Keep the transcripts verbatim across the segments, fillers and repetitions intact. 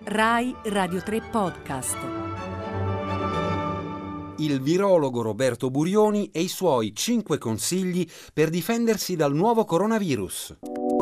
Rai Radio tre Podcast. Il virologo Roberto Burioni e i suoi cinque consigli per difendersi dal nuovo coronavirus.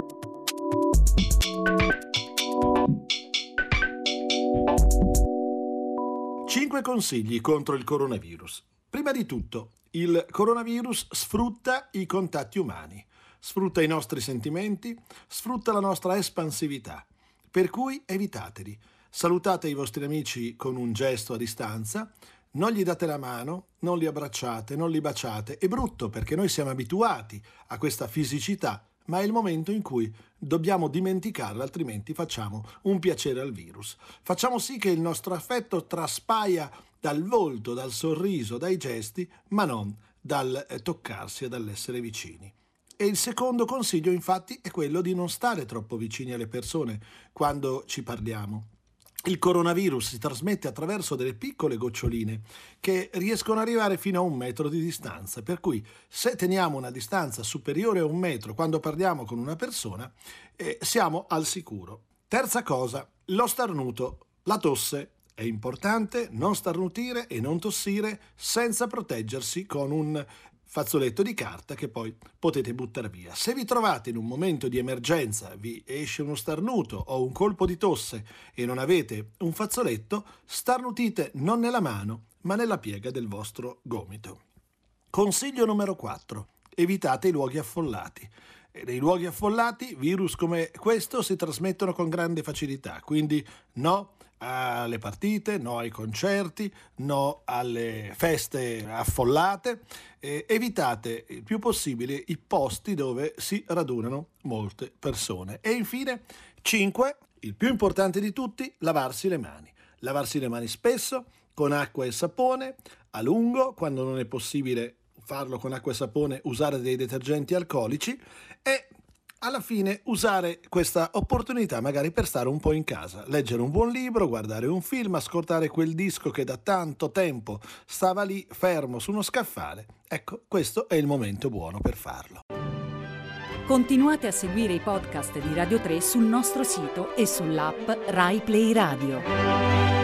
cinque consigli contro il coronavirus. Prima di tutto, il coronavirus sfrutta i contatti umani, sfrutta i nostri sentimenti, sfrutta la nostra espansività, per cui evitateli. Salutate i vostri amici con un gesto a distanza, non gli date la mano, non li abbracciate, non li baciate. È brutto perché noi siamo abituati a questa fisicità, ma è il momento in cui dobbiamo dimenticarla, altrimenti facciamo un piacere al virus. Facciamo sì che il nostro affetto traspaia dal volto, dal sorriso, dai gesti, ma non dal toccarsi e dall'essere vicini. E il secondo consiglio, infatti, è quello di non stare troppo vicini alle persone quando ci parliamo. Il coronavirus si trasmette attraverso delle piccole goccioline che riescono ad arrivare fino a un metro di distanza, per cui se teniamo una distanza superiore a un metro quando parliamo con una persona, eh, siamo al sicuro. Terza cosa, lo starnuto, la tosse. È importante non starnutire e non tossire senza proteggersi con un fazzoletto di carta che poi potete buttare via. Se vi trovate in un momento di emergenza, vi esce uno starnuto o un colpo di tosse e non avete un fazzoletto, starnutite non nella mano ma nella piega del vostro gomito. Consiglio numero quattro. Evitate i luoghi affollati. E nei luoghi affollati virus come questo si trasmettono con grande facilità, quindi no alle partite, no ai concerti, no alle feste affollate. Eh, evitate il più possibile i posti dove si radunano molte persone. E infine, cinque, il più importante di tutti, lavarsi le mani. Lavarsi le mani spesso, con acqua e sapone, a lungo, quando non è possibile farlo con acqua e sapone, usare dei detergenti alcolici e alla fine usare questa opportunità magari per stare un po' in casa, leggere un buon libro, guardare un film, ascoltare quel disco che da tanto tempo stava lì fermo su uno scaffale. Ecco, questo è il momento buono per farlo. Continuate a seguire i podcast di Radio tre sul nostro sito e sull'app Rai Play Radio.